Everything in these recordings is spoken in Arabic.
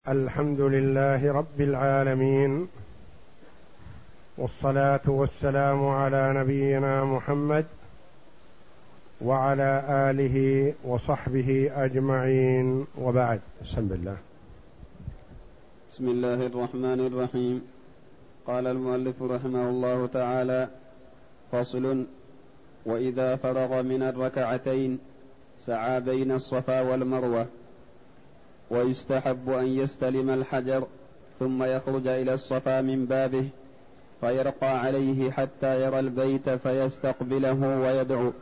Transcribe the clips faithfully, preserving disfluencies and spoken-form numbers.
الحمد لله رب العالمين، والصلاة والسلام على نبينا محمد وعلى آله وصحبه أجمعين، وبعد. بسم الله. بسم الله الرحمن الرحيم. قال المؤلف رحمه الله تعالى: فصل: وإذا فرغ من الركعتين سعى بين الصفا والمروة، ويستحب أن يستلم الحجر ثم يخرج إلى الصفا من بابه فيرقى عليه حتى يرى البيت فيستقبله ويدعو،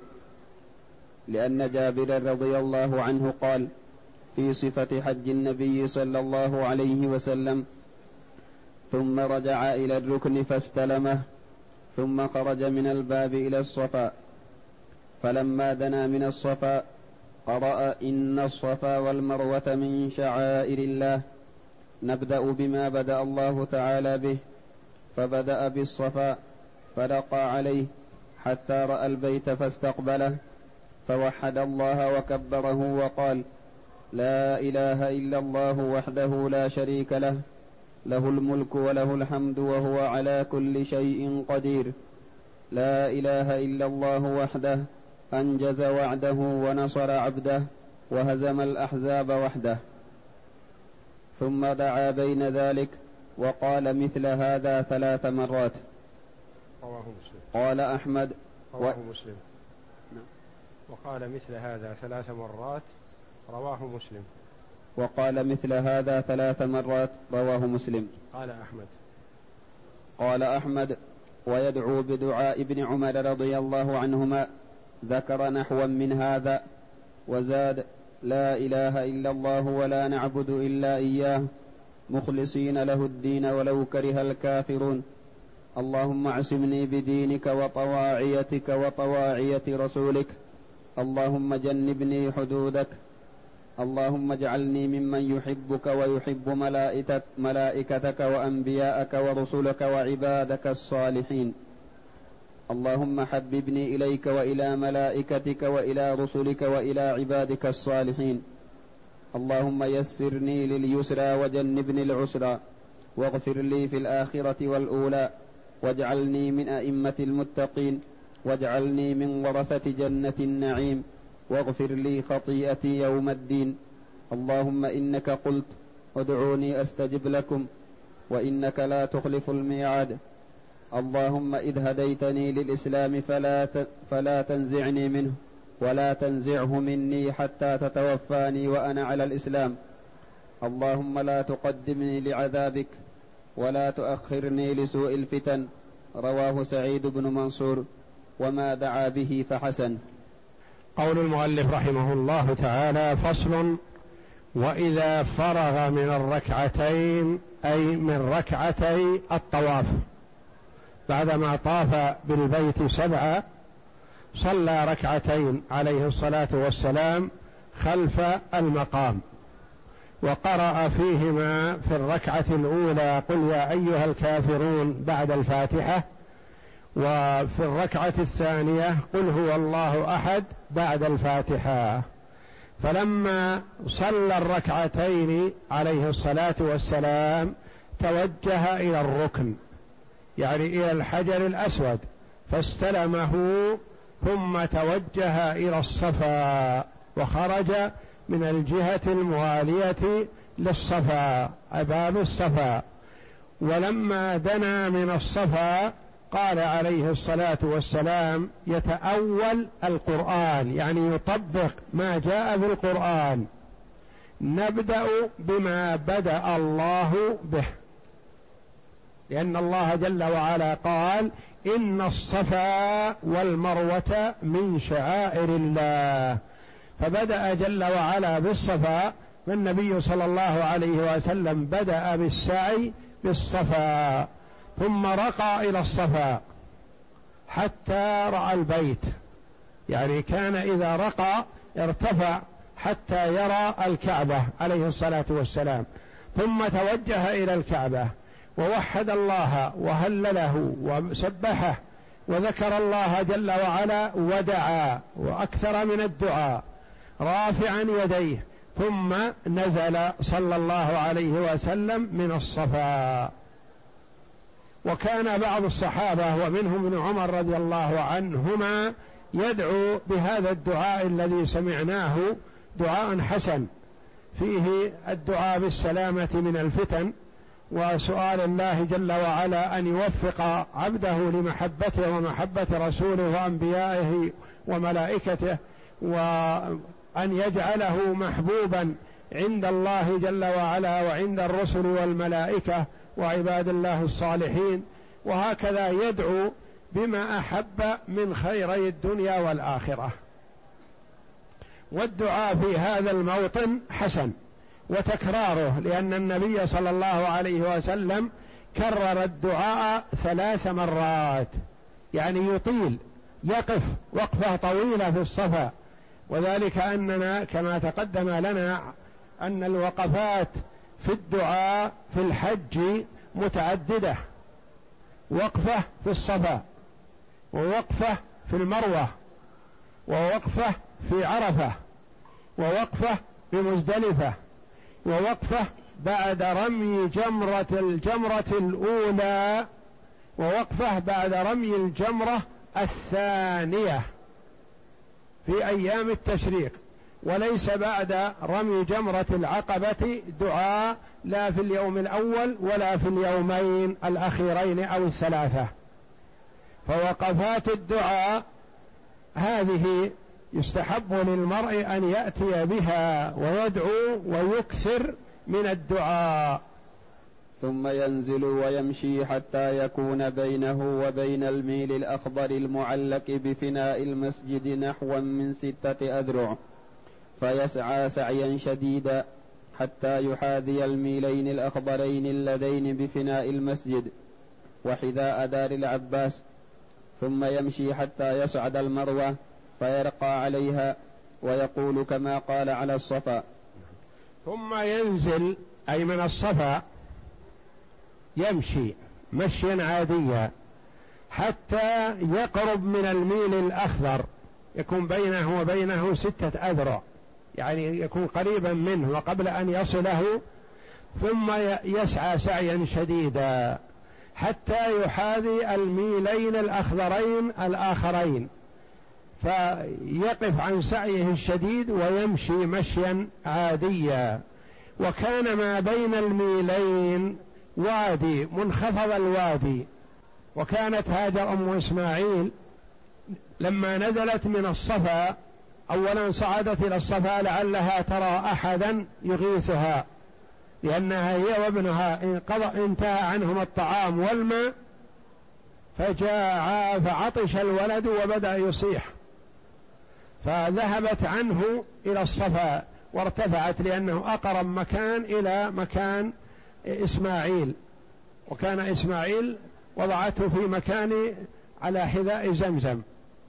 لأن جابر رضي الله عنه قال في صفة حج النبي صلى الله عليه وسلم: ثم رجع إلى الركن فاستلمه ثم خرج من الباب إلى الصفا، فلما دنا من الصفا قرأ: إن الصفا والمروة من شعائر الله، نبدأ بما بدأ الله تعالى به، فبدأ بالصفا فرقى عليه حتى رأى البيت فاستقبله، فوحد الله وكبره وقال: لا إله إلا الله وحده لا شريك له، له الملك وله الحمد وهو على كل شيء قدير، لا إله إلا الله وحده أنجز وعده ونصر عبده وهزم الأحزاب وحده. ثم دعا بين ذلك وقال مثل هذا ثلاث مرات. رواه مسلم. قال أحمد رواه و... مسلم. وقال مثل هذا ثلاث مرات رواه مسلم. وقال مثل هذا ثلاث مرات رواه مسلم. قال أحمد قال أحمد ويدعو بدعاء ابن عمر رضي الله عنهما، ذكر نحوا من هذا وزاد: لا إله إلا الله ولا نعبد إلا إياه مخلصين له الدين ولو كره الكافرون، اللهم اعصمني بدينك وطواعيتك وطواعية رسولك، اللهم جنبني حدودك، اللهم اجعلني ممن يحبك ويحب ملائكتك وأنبياءك ورسلك وعبادك الصالحين، اللهم حببني إليك وإلى ملائكتك وإلى رسلك وإلى عبادك الصالحين، اللهم يسرني لليسرى وجنبني العسرى، واغفر لي في الآخرة والأولى، واجعلني من أئمة المتقين، واجعلني من ورثة جنة النعيم، واغفر لي خطيئتي يوم الدين، اللهم إنك قلت ادعوني أستجب لكم وإنك لا تخلف الميعاد، اللهم إذ هديتني للإسلام فلا فلا تنزعني منه ولا تنزعه مني حتى تتوفاني وأنا على الإسلام، اللهم لا تقدمني لعذابك ولا تؤخرني لسوء الفتن. رواه سعيد بن منصور، وما دعا به فحسن. قول المؤلف رحمه الله تعالى: فصل: وإذا فرغ من الركعتين أي من ركعتي الطواف، بعدما طاف بالبيت سبعة صلى ركعتين عليه الصلاة والسلام خلف المقام، وقرأ فيهما في الركعة الأولى قل يا أيها الكافرون بعد الفاتحة، وفي الركعة الثانية قل هو الله أحد بعد الفاتحة. فلما صلى الركعتين عليه الصلاة والسلام توجه إلى الركن، يعني إلى الحجر الأسود، فاستلمه ثم توجه إلى الصفا وخرج من الجهة الموالية للصفا، باب الصفا. ولما دنا من الصفا قال عليه الصلاة والسلام يتأول القرآن، يعني يطبق ما جاء في القرآن: نبدأ بما بدأ الله به، لأن الله جل وعلا قال: إن الصفا والمروة من شعائر الله، فبدأ جل وعلا بالصفا، والنبي صلى الله عليه وسلم بدأ بالسعي بالصفا، ثم رقى إلى الصفا حتى رأى البيت، يعني كان إذا رقى ارتفع حتى يرى الكعبة عليه الصلاة والسلام، ثم توجه إلى الكعبة ووحد الله وهلله وسبحه وذكر الله جل وعلا ودعا، وأكثر من الدعاء رافعا يديه، ثم نزل صلى الله عليه وسلم من الصفا. وكان بعض الصحابة ومنهم ابن عمر رضي الله عنهما يدعو بهذا الدعاء الذي سمعناه، دعاء حسن فيه الدعاء بالسلامة من الفتن، وسؤال الله جل وعلا أن يوفق عبده لمحبته ومحبة رسوله وأنبيائه وملائكته، وأن يجعله محبوبا عند الله جل وعلا وعند الرسل والملائكة وعباد الله الصالحين. وهكذا يدعو بما أحب من خيري الدنيا والآخرة. والدعاء في هذا الموطن حسن وتكراره، لأن النبي صلى الله عليه وسلم كرر الدعاء ثلاث مرات، يعني يطيل، يقف وقفة طويلة في الصفا. وذلك أننا كما تقدم لنا أن الوقفات في الدعاء في الحج متعددة، وقفة في الصفا، ووقفة في المروة، ووقفة في عرفة، ووقفة بمزدلفة، ووقفة بعد رمي جمرة الجمرة الأولى، ووقفة بعد رمي الجمرة الثانية في أيام التشريق، وليس بعد رمي جمرة العقبة دعاء لا في اليوم الأول ولا في اليومين الأخيرين أو الثلاثة. فوقفات الدعاء هذه يستحب للمرء أن يأتي بها ويدعو ويكثر من الدعاء. ثم ينزل ويمشي حتى يكون بينه وبين الميل الأخضر المعلق بفناء المسجد نحو من ستة أذرع، فيسعى سعيا شديدا حتى يحاذي الميلين الأخضرين اللذين بفناء المسجد وحذاء دار العباس، ثم يمشي حتى يصعد المروة فيرقى عليها ويقول كما قال على الصفا. ثم ينزل أي من الصفا يمشي مشيا عاديا حتى يقرب من الميل الأخضر، يكون بينه وبينه ستة أذرع، يعني يكون قريبا منه وقبل أن يصله، ثم يسعى سعيا شديدا حتى يحاذي الميلين الأخضرين الآخرين، فيقف عن سعيه الشديد ويمشي مشيا عاديا. وكان ما بين الميلين وادي منخفض الوادي، وكانت هاجر أم إسماعيل لما نزلت من الصفا أولا صعدت إلى الصفا لعلها ترى أحدا يغيثها، لأنها هي وابنها انتهى عنهم الطعام والماء، فجاء فعطش الولد وبدأ يصيح، فذهبت عنه إلى الصفا وارتفعت لأنه أقرب مكان إلى مكان إسماعيل، وكان إسماعيل وضعته في مكان على حذاء زمزم،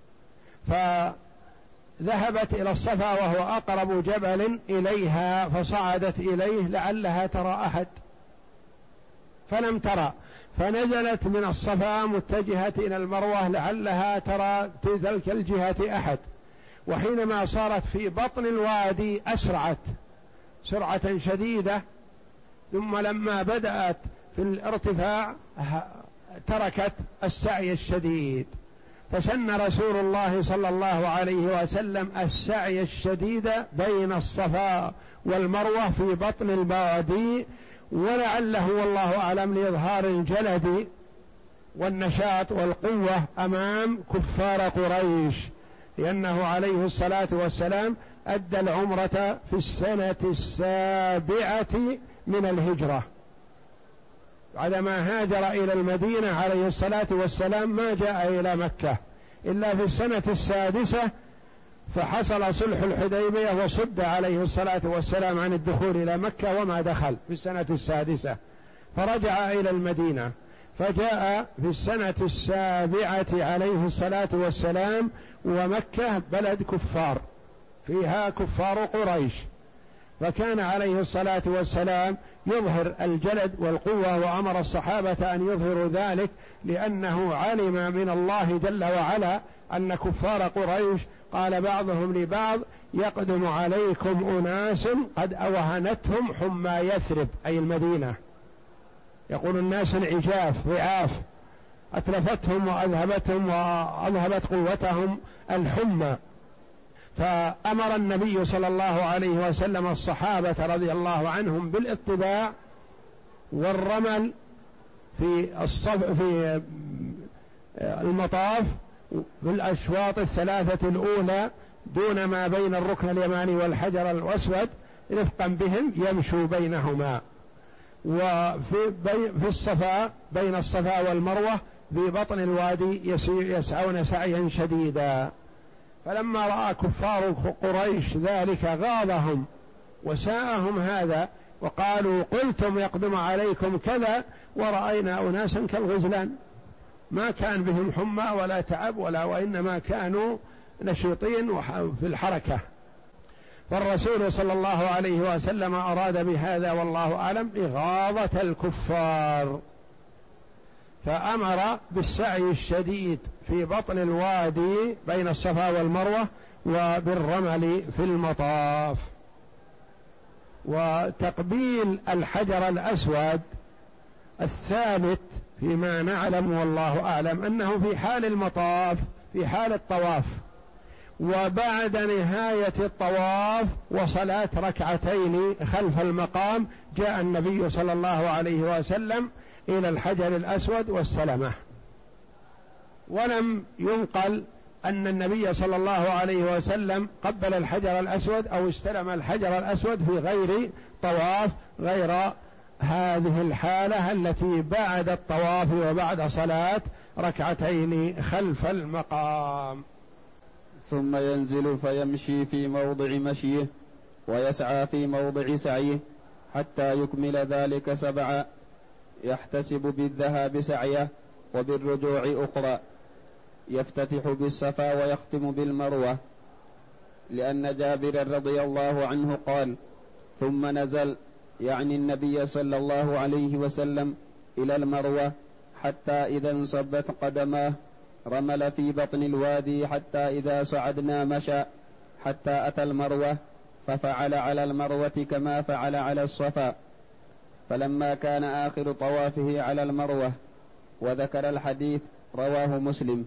فذهبت إلى الصفا وهو أقرب جبل إليها، فصعدت إليه لعلها ترى أحد فلم ترى، فنزلت من الصفا متجهة إلى المروة لعلها ترى في تلك الجهة أحد، وحينما صارت في بطن الوادي أسرعت سرعة شديدة، ثم لما بدأت في الارتفاع تركت السعي الشديد، فسن رسول الله صلى الله عليه وسلم السعي الشديد بين الصفا والمروة في بطن الوادي، ولعله والله أعلم لإظهار الجلد والنشاط والقوة أمام كفار قريش، لأنه عليه الصلاة والسلام أدى العمرة في السنة السابعة من الهجرة، بعدما هاجر إلى المدينة عليه الصلاة والسلام ما جاء إلى مكة إلا في السنة السادسة، فحصل صلح الحديبية وصد عليه الصلاة والسلام عن الدخول إلى مكة وما دخل في السنة السادسة، فرجع إلى المدينة، فجاء في السنة السابعة عليه الصلاة والسلام، ومكة بلد كفار فيها كفار قريش، فكان عليه الصلاة والسلام يظهر الجلد والقوة، وأمر الصحابة أن يظهروا ذلك، لأنه علم من الله جل وعلا أن كفار قريش، قال بعضهم لبعض يقدم عليكم أناس قد أوهنتهم حمى يثرب أي المدينة، يقول الناس عجاف ضعاف أتلفتهم وأذهبتهم وأذهبت قوتهم الحمى. فأمر النبي صلى الله عليه وسلم الصحابة رضي الله عنهم بالاتباع والرمل في الصف في المطاف بالأشواط الثلاثة الأولى دون ما بين الركن اليماني والحجر الأسود رفقا بهم يمشوا بينهما، وفي في الصفا بين الصفا والمروة في بطن الوادي يسعون سعيا شديدا. فلما رأى كفار قريش ذلك غاضهم وساءهم هذا، وقالوا قلتم يقدم عليكم كذا ورأينا أناسا كالغزلان، ما كان بهم حمى ولا تعب ولا، وإنما كانوا نشيطين في الحركة. فالرسول صلى الله عليه وسلم أراد بهذا والله أعلم إغاظة الكفار، فأمر بالسعي الشديد في بطن الوادي بين الصفا والمروة وبالرمل في المطاف. وتقبيل الحجر الأسود الثابت فيما نعلم والله أعلم أنه في حال المطاف في حال الطواف، وبعد نهاية الطواف وصلاة ركعتين خلف المقام جاء النبي صلى الله عليه وسلم إلى الحجر الأسود واستلمه. ولم ينقل أن النبي صلى الله عليه وسلم قبل الحجر الأسود أو استلم الحجر الأسود في غير طواف، غير هذه الحالة التي بعد الطواف وبعد صلاة ركعتين خلف المقام. ثم ينزل فيمشي في موضع مشيه ويسعى في موضع سعيه حتى يكمل ذلك سبعا، يحتسب بالذهاب سعيه وبالرجوع أخرى، يفتتح بالصفا ويختم بالمروة، لأن جابر رضي الله عنه قال ثم نزل، يعني النبي صلى الله عليه وسلم، إلى المروة حتى إذا انصبت قدماه رمل في بطن الوادي حتى إذا صعدنا مشى حتى أتى المروة ففعل على المروة كما فعل على الصفا. فلما كان آخر طوافه على المروة وذكر الحديث رواه مسلم.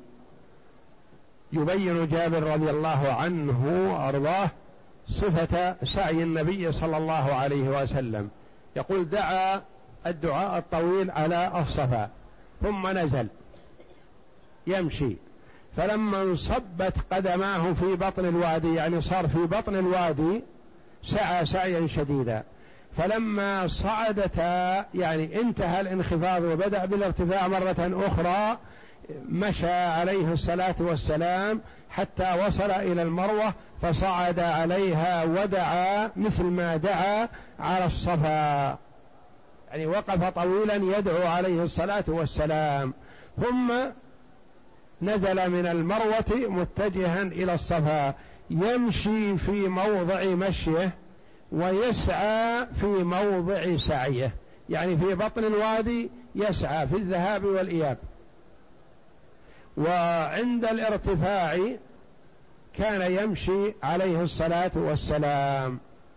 يبين جابر رضي الله عنه وأرضاه صفة سعي النبي صلى الله عليه وسلم، يقول دعا الدعاء الطويل على الصفا ثم نزل يمشي، فلما انصبت قدماه في بطن الوادي يعني صار في بطن الوادي سعى سعيا شديدا، فلما صعدتا يعني انتهى الانخفاض وبدأ بالارتفاع مرة أخرى مشى عليه الصلاة والسلام حتى وصل إلى المروة فصعد عليها ودعا مثل ما دعا على الصفا، يعني وقف طويلا يدعو عليه الصلاة والسلام، ثم نزل من المروة متجها إلى الصفا يمشي في موضع مشيه ويسعى في موضع سعيه، يعني في بطن الوادي يسعى في الذهاب والإياب. وعند الارتفاع كان يمشي عليه الصلاة والسلام،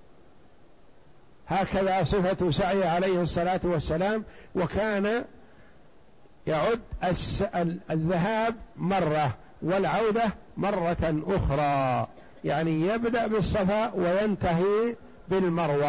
هكذا صفة سعي عليه الصلاة والسلام. وكان يعد الذهاب مرة والعودة مرة أخرى، يعني يبدأ بالصفا وينتهي بالمروة.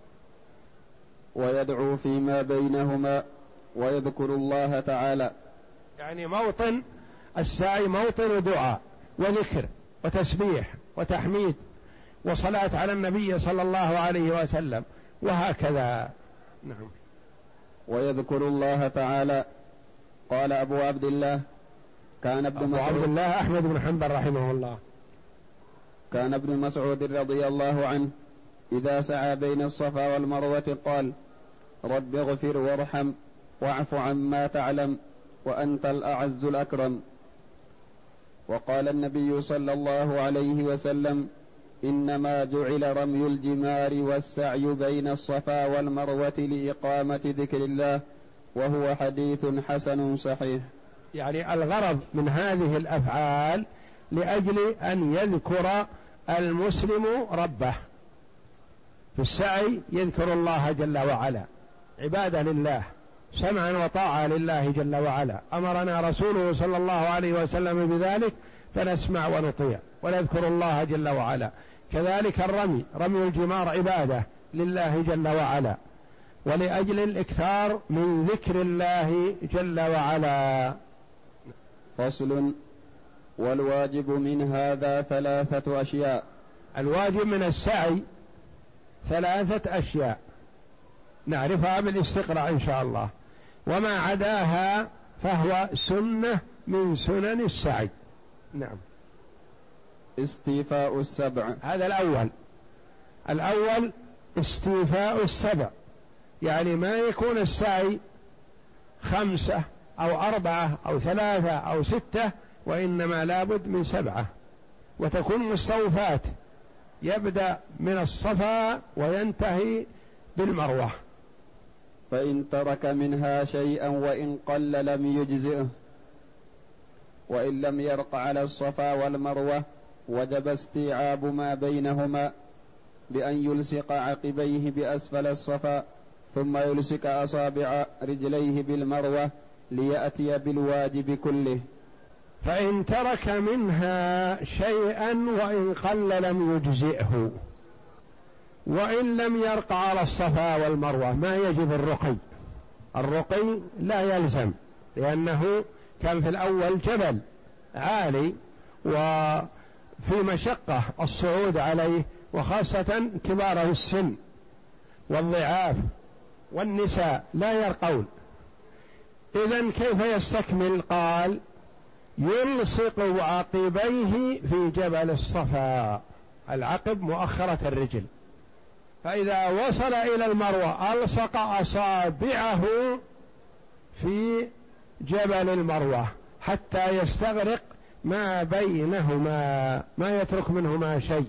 ويدعو فيما بينهما ويذكر الله تعالى، يعني موطن السعي موطن دعاء وذكر وتسبيح وتحميد وصلاة على النبي صلى الله عليه وسلم وهكذا. نعم. ويذكر الله تعالى. قال أبو عبد الله كان ابن أبو عبد الله أحمد بن حنبل رحمه الله كان ابن مسعود رضي الله عنه إذا سعى بين الصفا والمروة قال رب اغفر وارحم واعف عما تعلم وأنت الأعز الأكرم. وقال النبي صلى الله عليه وسلم إنما جعل رمي الجمار والسعي بين الصفا والمروة لإقامة ذكر الله، وهو حديث حسن صحيح. يعني الغرض من هذه الأفعال لأجل أن يذكر المسلم ربه، في السعي يذكر الله جل وعلا، عبادة لله، سمعا وطاعة لله جل وعلا، أمرنا رسوله صلى الله عليه وسلم بذلك فنسمع ونطيع ونذكر الله جل وعلا. كذلك الرمي، رمي الجمار عبادة لله جل وعلا، ولأجل الإكثار من ذكر الله جل وعلا. فصل: والواجب من هذا ثلاثة أشياء. الواجب من السعي ثلاثة أشياء نعرفها بالاستقراء إن شاء الله، وما عداها فهو سنة من سنن السعي. نعم. استيفاء السبع، هذا الأول. الأول استيفاء السبع، يعني ما يكون السعي خمسة أو أربعة أو ثلاثة أو ستة، وإنما لابد من سبعة، وتكون مستوفات، يبدأ من الصفا وينتهي بالمروة. فإن ترك منها شيئا وإن قل لم يجزئه، وإن لم يرق على الصفا والمروة وجب استيعاب ما بينهما بأن يلصق عقبيه بأسفل الصفا، ثم يلصق أصابع رجليه بالمروة ليأتي بالواجب كله. فإن ترك منها شيئا وإن قل لم يجزئه، وإن لم يرق على الصفا والمروة، ما يجب الرقي، الرقي لا يلزم، لأنه كان في الأول جبل عالي وفي مشقة الصعود عليه، وخاصة كبار السن والضعاف والنساء لا يرقون. إذن كيف يستكمل؟ قال: يلصق عقبيه في جبل الصفا، العقب مؤخرة الرجل، فإذا وصل إلى المروة ألصق أصابعه في جبل المروة حتى يستغرق ما بينهما، ما يترك منهما شيء.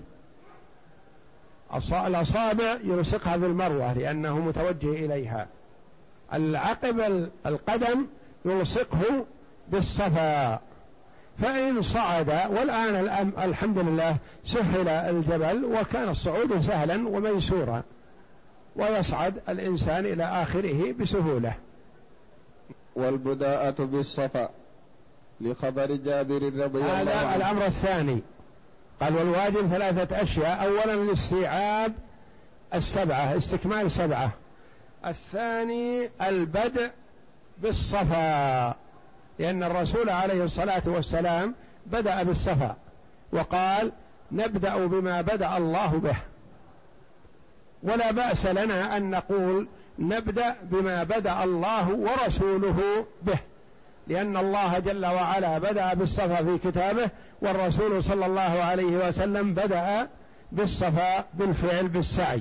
الأصابع يلصقها في المروة لأنه متوجه إليها، العقب القدم يلصقه بالصفا. فإن صعد، والآن الحمد لله سهل الجبل وكان الصعود سهلا وميسورا، ويصعد الإنسان إلى آخره بسهولة. والبداءة بالصفا لخبر جابر رضي الله عنه. هذا الأمر الثاني. قال: والواجب ثلاثة أشياء: أولا الاستيعاب السبعة، استكمال سبعة. الثاني البدء بالصفا، لأن الرسول عليه الصلاة والسلام بدأ بالصفا وقال: نبدأ بما بدأ الله به، ولا بأس لنا أن نقول نبدأ بما بدأ الله ورسوله به، لأن الله جل وعلا بدأ بالصفا في كتابه، والرسول صلى الله عليه وسلم بدأ بالصفا بالفعل بالسعي.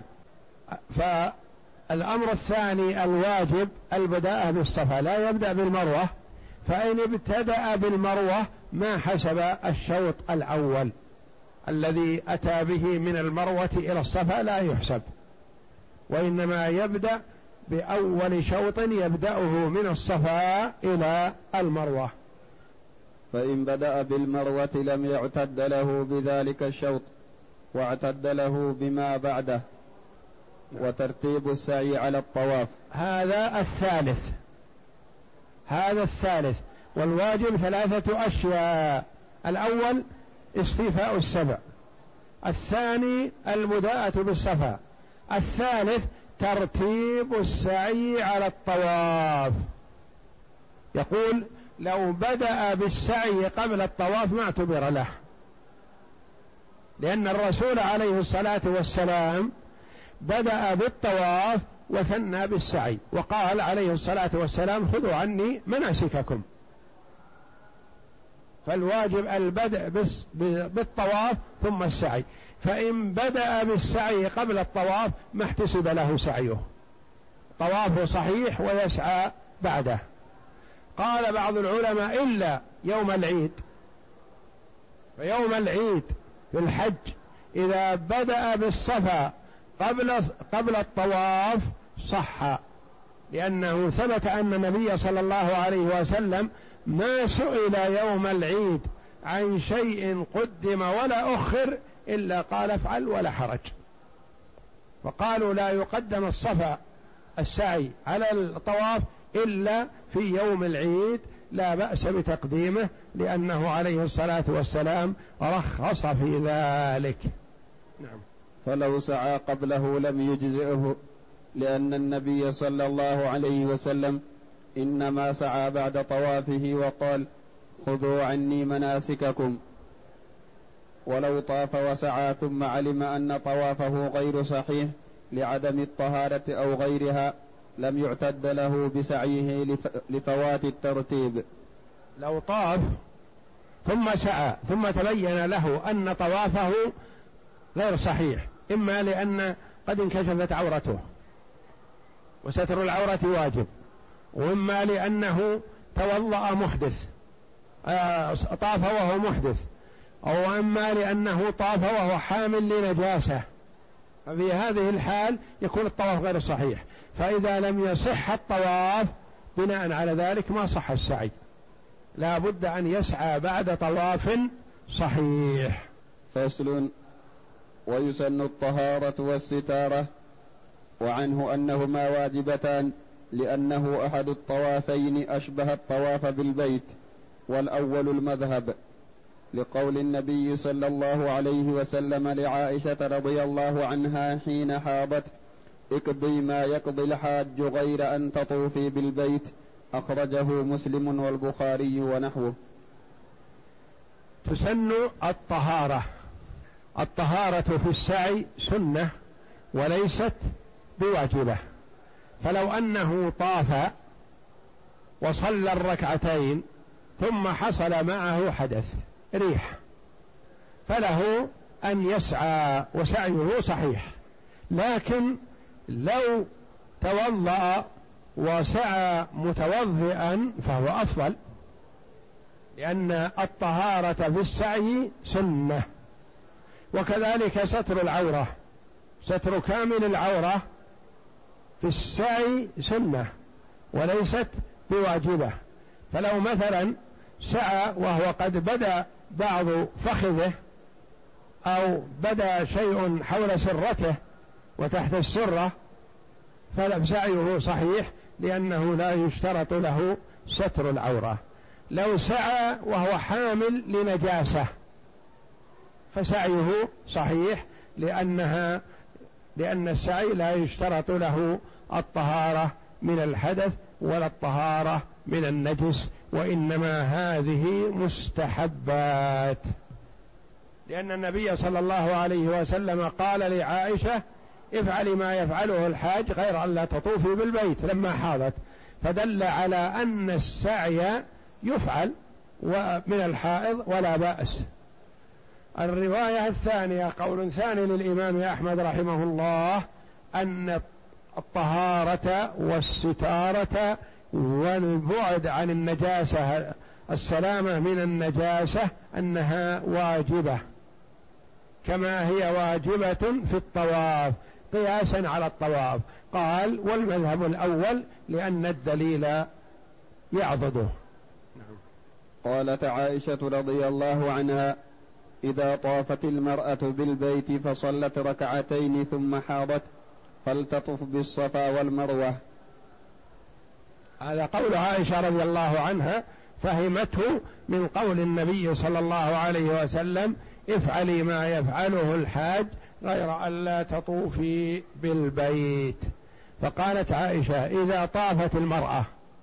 فالأمر الثاني الواجب البداء بالصفا، لا يبدأ بالمروة، فإن ابتدأ بالمروة ما حسب الشوط الأول الذي أتى به من المروة إلى الصفا، لا يحسب، وإنما يبدأ بأول شوط يبدأه من الصفا إلى المروة. فإن بدأ بالمروة لم يعتد له بذلك الشوط، واعتد له بما بعده. وترتيب السعي على الطواف. هذا الثالث، هذا الثالث. والواجب ثلاثة أشياء: الأول استيفاء السبع، الثاني البداءة بالصفا، الثالث ترتيب السعي على الطواف. يقول: لو بدأ بالسعي قبل الطواف ما اعتبر له، لأن الرسول عليه الصلاة والسلام بدأ بالطواف وثنى بالسعي، وقال عليه الصلاة والسلام: خذوا عني مناسككم. فالواجب البدء بالطواف ثم السعي، فإن بدأ بالسعي قبل الطواف ما احتسب له سعيه، طوافه صحيح ويسعى بعده. قال بعض العلماء: إلا يوم العيد، فيوم العيد في الحج إذا بدأ بالصفا قبل قبل الطواف صح، لأنه ثبت أن النبي صلى الله عليه وسلم ما سئل يوم العيد عن شيء قدم ولا أخر إلا قال افعل ولا حرج. وقالوا لا يقدم الصفا السعي على الطواف إلا في يوم العيد، لا بأس بتقديمه لأنه عليه الصلاة والسلام رخص في ذلك. نعم. فلو سعى قبله لم يجزئه، لأن النبي صلى الله عليه وسلم إنما سعى بعد طوافه وقال خذوا عني مناسككم. ولو طاف وسعى ثم علم أن طوافه غير صحيح لعدم الطهارة أو غيرها لم يعتد له بسعيه لفوات الترتيب. لو طاف ثم سعى ثم تبين له أن طوافه غير صحيح، إما لأن قد انكشفت عورته وستر العورة واجب، وإما لأنه توضأ محدث آه طاف وهو محدث، أو إما لأنه طاف وهو حامل لنجاسة، ففي هذه الحال يكون الطواف غير صحيح. فإذا لم يصح الطواف بناء على ذلك ما صح السعي، لا بد أن يسعى بعد طواف صحيح. فصل. ويسن الطهارة والستارة، وعنه أنهما واجبتان لأنه أحد الطوافين أشبه الطواف بالبيت، والأول المذهب، لقول النبي صلى الله عليه وسلم لعائشة رضي الله عنها حين حاضت اقضي ما يقضي الحاج غير أن تطوفي بالبيت، أخرجه مسلم والبخاري ونحوه. تسن الطهارة. الطهارة في السعي سنة وليست بواجبة، فلو أنه طاف وصلى الركعتين ثم حصل معه حدث ريح فله أن يسعى وسعيه صحيح، لكن لو توضأ وسعى متوضئا فهو أفضل، لأن الطهارة في السعي سنة. وكذلك ستر العورة، ستر كامل العورة في السعي سنة وليست بواجبة. فلو مثلا سعى وهو قد بدا بعض فخذه أو بدا شيء حول سرته وتحت السرة فسعيه صحيح، لأنه لا يشترط له ستر العورة. لو سعى وهو حامل لنجاسة فسعيه صحيح، لأنها لأن السعي لا يشترط له الطهارة من الحدث ولا الطهارة من النجس، وإنما هذه مستحبات، لأن النبي صلى الله عليه وسلم قال لعائشة افعلي ما يفعله الحاج غير أن لا تطوفي بالبيت لما حاضت، فدل على أن السعي يفعل من الحائض ولا بأس. الرواية الثانية قول ثاني للإمام أحمد رحمه الله أن الطهارة والستارة والبعد عن النجاسة، السلامة من النجاسة، أنها واجبة كما هي واجبة في الطواف قياسا على الطواف. قال والمذهب الأول لأن الدليل يعضده. قالت عائشة رضي الله عنها إذا طافت المرأة بالبيت فصلت ركعتين ثم حاضت فلتطف بالصفا والمروة. هذا قول عائشة رضي الله عنها، فهمته من قول النبي صلى الله عليه وسلم افعلي ما يفعله الحاج غير أن لا تطوفي بالبيت. فقالت عائشة إذا طافت المرأة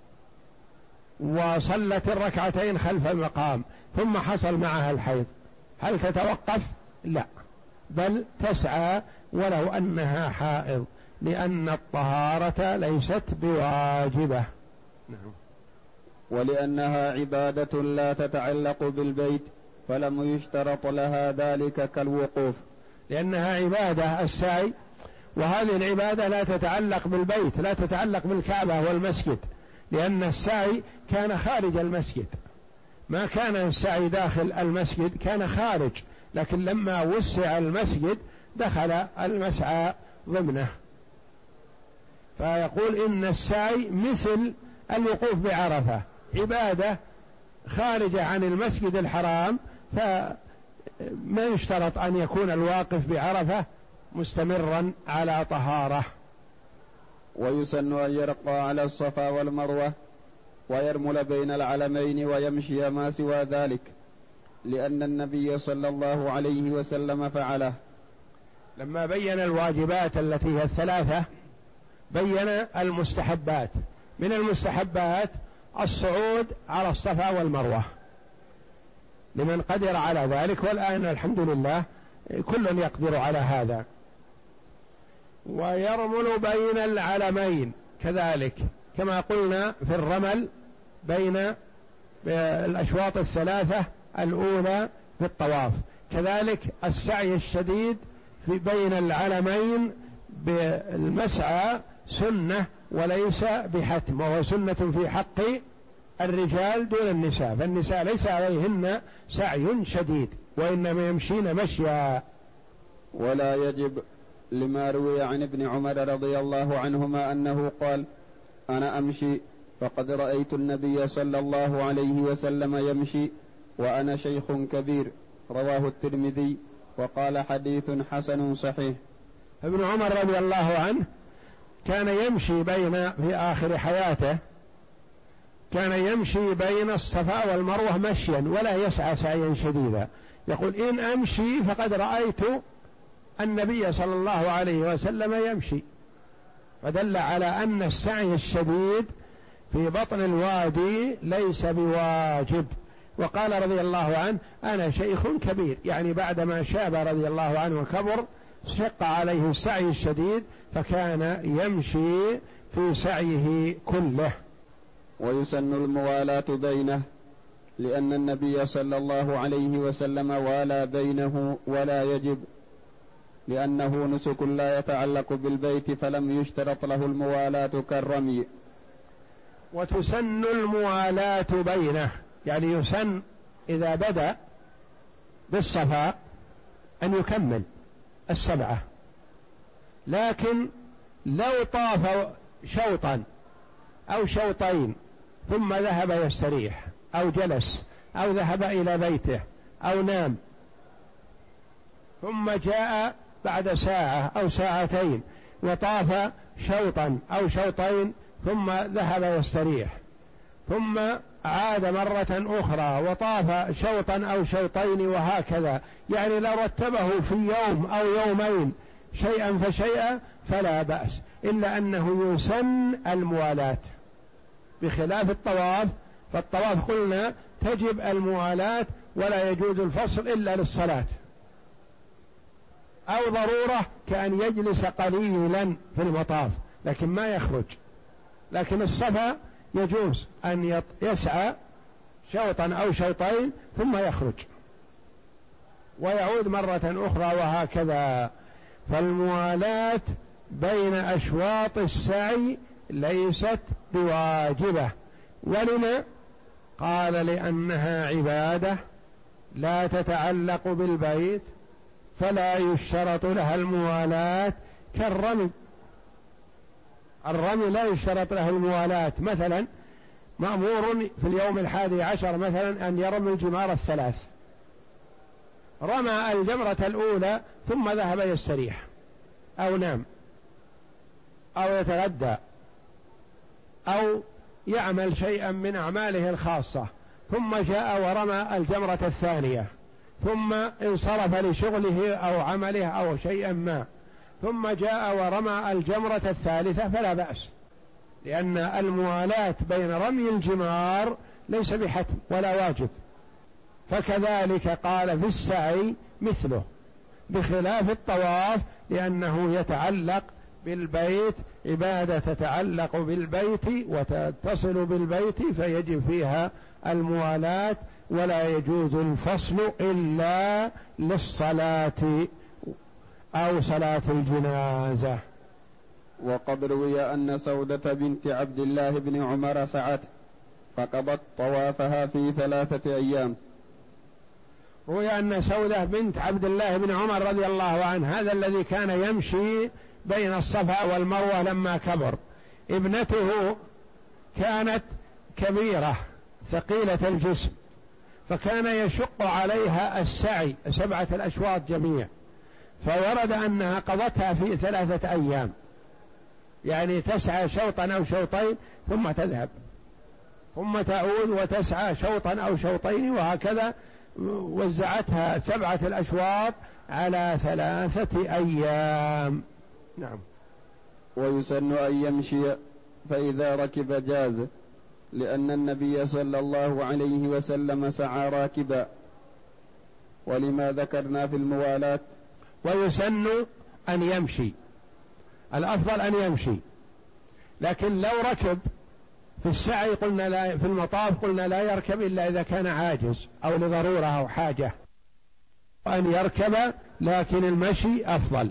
وصلت الركعتين خلف المقام ثم حصل معها الحيض هل تتوقف؟ لا، بل تسعى ولو أنها حائض، لأن الطهارة ليست بواجبة. نعم. ولأنها عبادة لا تتعلق بالبيت فلم يشترط لها ذلك كالوقوف، لأنها عبادة السعي، وهذه العبادة لا تتعلق بالبيت، لا تتعلق بالكعبة والمسجد، لأن السعي كان خارج المسجد، ما كان السعي داخل المسجد، كان خارج، لكن لما وسع المسجد دخل المسعى ضمنه. فيقول إن السعي مثل الوقوف بعرفة، عبادة خارجة عن المسجد الحرام فما يشترط أن يكون الواقف بعرفة مستمرا على طهارة. ويسن أن يرقى على الصفا والمروة ويرمل بين العلمين ويمشي ما سوى ذلك، لأن النبي صلى الله عليه وسلم فعله. لما بين الواجبات التي هي الثلاثة بين المستحبات. من المستحبات الصعود على الصفا والمروة لمن قدر على ذلك، والآن الحمد لله كل يقدر على هذا. ويرمل بين العلمين كذلك كما قلنا في الرمل بين الأشواط الثلاثة الأولى في الطواف، كذلك السعي الشديد في بين العلمين بالمسعى سنة وليس بحتم، وهو سنة في حق الرجال دون النساء، فالنساء ليس عليهن سعي شديد وإنما يمشين مشيا. ولا يجب لما روي عن ابن عمر رضي الله عنهما أنه قال: أنا أمشي فقد رأيت النبي صلى الله عليه وسلم يمشي وأنا شيخ كبير، رواه الترمذي وقال حديث حسن صحيح. ابن عمر رضي الله عنه كان يمشي بين في آخر حياته كان يمشي بين الصفا والمروة مشيا ولا يسعى سعيا شديدا، يقول: إن أمشي فقد رأيت النبي صلى الله عليه وسلم يمشي، فدل على أن السعي الشديد في بطن الوادي ليس بواجب. وقال رضي الله عنه: أنا شيخ كبير، يعني بعدما شاب رضي الله عنه وكبر شق عليه السعي الشديد فكان يمشي في سعيه كله. ويسن الموالاة بينه، لأن النبي صلى الله عليه وسلم والى بينه ولا يجب، لأنه نسك لا يتعلق بالبيت فلم يشترط له الموالاة كالرمي. وتسن الموالاة بينه، يعني يسن إذا بدأ بالصفا أن يكمل السبعة، لكن لو طاف شوطا أو شوطين ثم ذهب يستريح أو جلس أو ذهب إلى بيته أو نام ثم جاء بعد ساعة أو ساعتين وطاف شوطا أو شوطين ثم ذهب يستريح ثم عاد مرة أخرى وطاف شوطا أو شوطين وهكذا، يعني لو رتبه في يوم أو يومين شيئا فشيئا فلا بأس، إلا أنه يسن الموالاة بخلاف الطواف. فالطواف قلنا تجب الموالاة ولا يجوز الفصل إلا للصلاة أو ضرورة كأن يجلس قليلا في المطاف لكن ما يخرج. لكن الصفا يجوز أن يسعى شوطا أو شوطين ثم يخرج ويعود مرة أخرى وهكذا. فالموالاة بين أشواط السعي ليست بواجبة. ولما قال؟ لأنها عبادة لا تتعلق بالبيت فلا يشترط لها الموالاة كالرمي. الرمي لا يشترط له الموالاة، مثلا مأمور في اليوم الحادي عشر مثلا أن يرمي الجمار الثلاث، رمى الجمرة الأولى ثم ذهب يستريح أو نام أو يتغدى أو يعمل شيئا من أعماله الخاصة ثم جاء ورمى الجمرة الثانية ثم انصرف لشغله أو عمله أو شيئا ما ثم جاء ورمى الجمرة الثالثة فلا بأس، لأن الموالاة بين رمي الجمار ليس بحتم ولا واجب. فكذلك قال في السعي مثله، بخلاف الطواف لأنه يتعلق بالبيت، عبادة تتعلق بالبيت وتتصل بالبيت فيجب فيها الموالاة ولا يجوز الفصل إلا للصلاة أو صلاة الجنازة. وقد روي أن سودة بنت عبد الله بن عمر سعت فقضت طوافها في ثلاثة أيام. روي أن سودة بنت عبد الله بن عمر رضي الله عنه، هذا الذي كان يمشي بين الصفا والمروة لما كبر، ابنته كانت كبيرة ثقيلة الجسم فكان يشق عليها السعي سبعة الأشواط جميع، فورد أنها قضتها في ثلاثة أيام، يعني تسعى شوطا أو شوطين ثم تذهب، ثم تعود وتسعى شوطا أو شوطين، وهكذا وزعتها سبعة الأشواط على ثلاثة أيام. نعم. ويسن أن يمشي فإذا ركب جاز، لأن النبي صلى الله عليه وسلم سعى راكبا، ولما ذكرنا في الموالاة. ويسن أن يمشي، الأفضل أن يمشي، لكن لو ركب في السعي قلنا لا، في المطاف قلنا لا يركب إلا إذا كان عاجز أو لضرورة أو حاجة أن يركب، لكن المشي أفضل.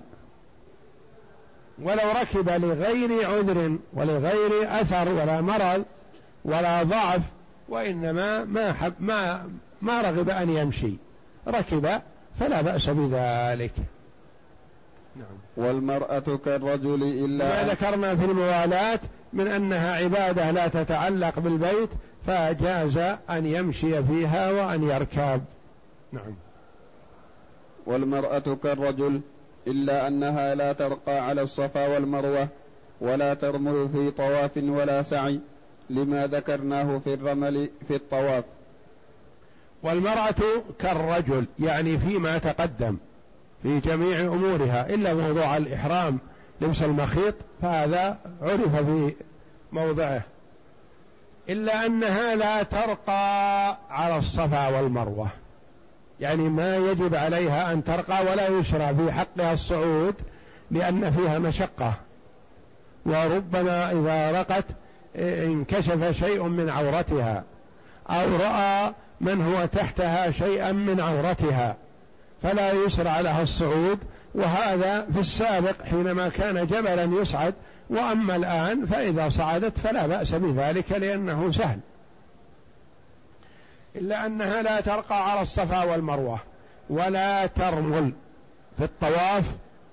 ولو ركب لغير عذر ولغير أثر ولا مرض ولا ضعف، وإنما ما حب ما ما رغب أن يمشي، ركب فلا بأس بذلك. نعم. والمرأة كالرجل إلا ما ذكرنا في الموالاة من أنها عبادة لا تتعلق بالبيت، فجاز أن يمشي فيها وأن يركب. نعم. والمرأة كالرجل إلا أنها لا ترقى على الصفا والمروة ولا ترمل في طواف ولا سعي، لما ذكرناه في الرمل في الطواف. والمرأة كالرجل يعني فيما تقدم في جميع أمورها إلا موضوع الإحرام لبس المخيط، فهذا عرف في موضعه، إلا أنها لا ترقى على الصفا والمروة، يعني ما يجب عليها أن ترقى ولا يشرع في حقها الصعود لأن فيها مشقة، وربما إذا رقت انكشف شيء من عورتها أو رأى من هو تحتها شيئا من عورتها، فلا يشرع لها الصعود. وهذا في السابق حينما كان جبلا يصعد، وأما الآن فإذا صعدت فلا بأس بذلك لأنه سهل. إلا أنها لا ترقى على الصفا والمروة ولا ترمل في الطواف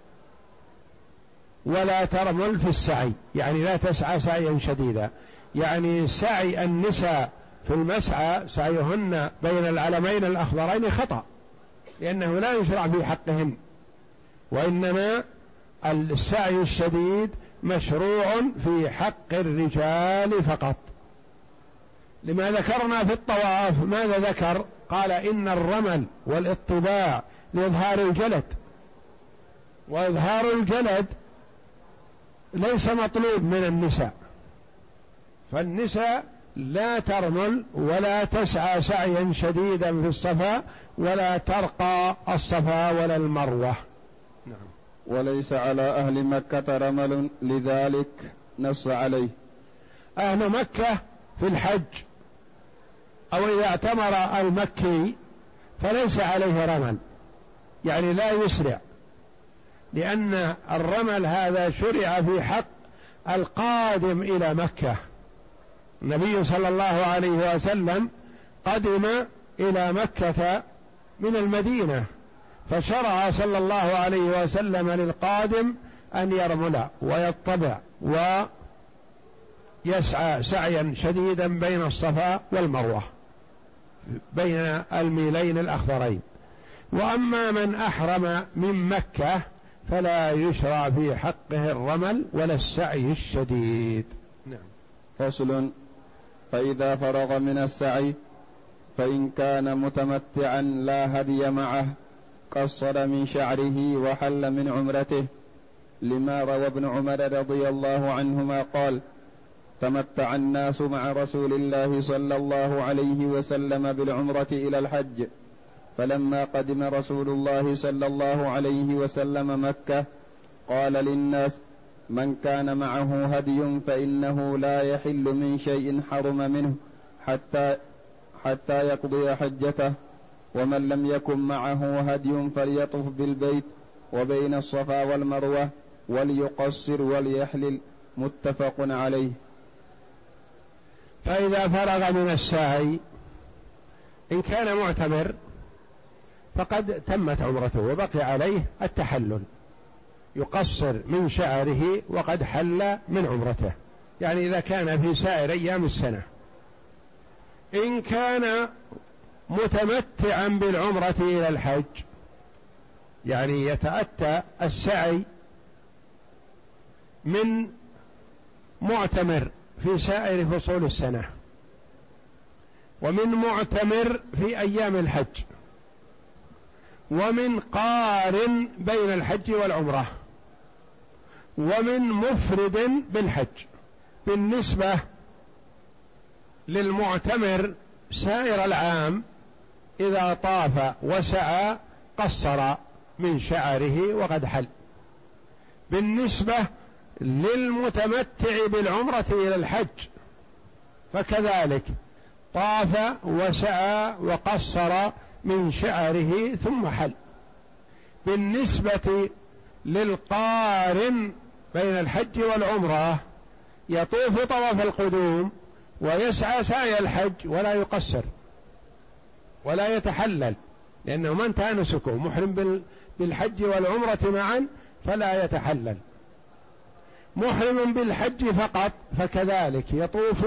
ولا ترمل في السعي، يعني لا تسعى سعيا شديدا، يعني سعي النساء في المسعى سعيهن بين العلمين الأخضرين خطأ، لأنه لا يشرع في حقهن، وإنما السعي الشديد مشروع في حق الرجال فقط. لما ذكرنا في الطواف ماذا ذكر؟ قال إن الرمل والاطباع لإظهار الجلد، وإظهار الجلد ليس مطلوب من النساء، فالنساء لا ترمل ولا تسعى سعيا شديدا في الصفا ولا ترقى الصفا ولا المروة. نعم. وليس على أهل مكة رمل، لذلك نص عليه. أهل مكة في الحج أو إذا اعتمر المكي فليس عليه رمل، يعني لا يسرع، لأن الرمل هذا شرع في حق القادم إلى مكة. النبي صلى الله عليه وسلم قدم إلى مكة من المدينة، فشرع صلى الله عليه وسلم للقادم أن يرمل ويطبع ويسعى سعيا شديدا بين الصفا والمروة بين الميلين الأخضرين. وأما من أحرم من مكة فلا يشرع في حقه الرمل ولا السعي الشديد. نعم. فصل: فإذا فرغ من السعي فإن كان متمتعا لا هدي معه قصر من شعره وحل من عمرته، لما روى ابن عمر رضي الله عنهما قال: تمتع الناس مع رسول الله صلى الله عليه وسلم بالعمرة إلى الحج، فلما قدم رسول الله صلى الله عليه وسلم مكة قال للناس: من كان معه هدي فإنه لا يحل من شيء حرم منه حتى حتى يقضي حجته، ومن لم يكن معه هدي فليطف بالبيت وبين الصفا والمروة وليقصر وليحلل، متفق عليه. فإذا فرغ من السعي إن كان معتمر فقد تمت عمرته وبقي عليه التحلل، يقصر من شعره وقد حل من عمرته، يعني إذا كان في سائر أيام السنة. إن كان متمتعا بالعمرة إلى الحج، يعني يتأتى السعي من معتمر في سائر فصول السنة، ومن معتمر في أيام الحج، ومن قارن بين الحج والعمرة، ومن مفرد بالحج. بالنسبة للمعتمر سائر العام إذا طاف وسعى قصر من شعره وقد حل. بالنسبة للمتمتع بالعمرة إلى الحج فكذلك طاف وسعى وقصر من شعره ثم حل. بالنسبة للقارن بين الحج والعمرة يطوف طواف القدوم ويسعى سعي الحج ولا يقصر ولا يتحلل، لأنه من انتهى نسكه محرم بالحج والعمرة معا فلا يتحلل. محرم بالحج فقط فكذلك يطوف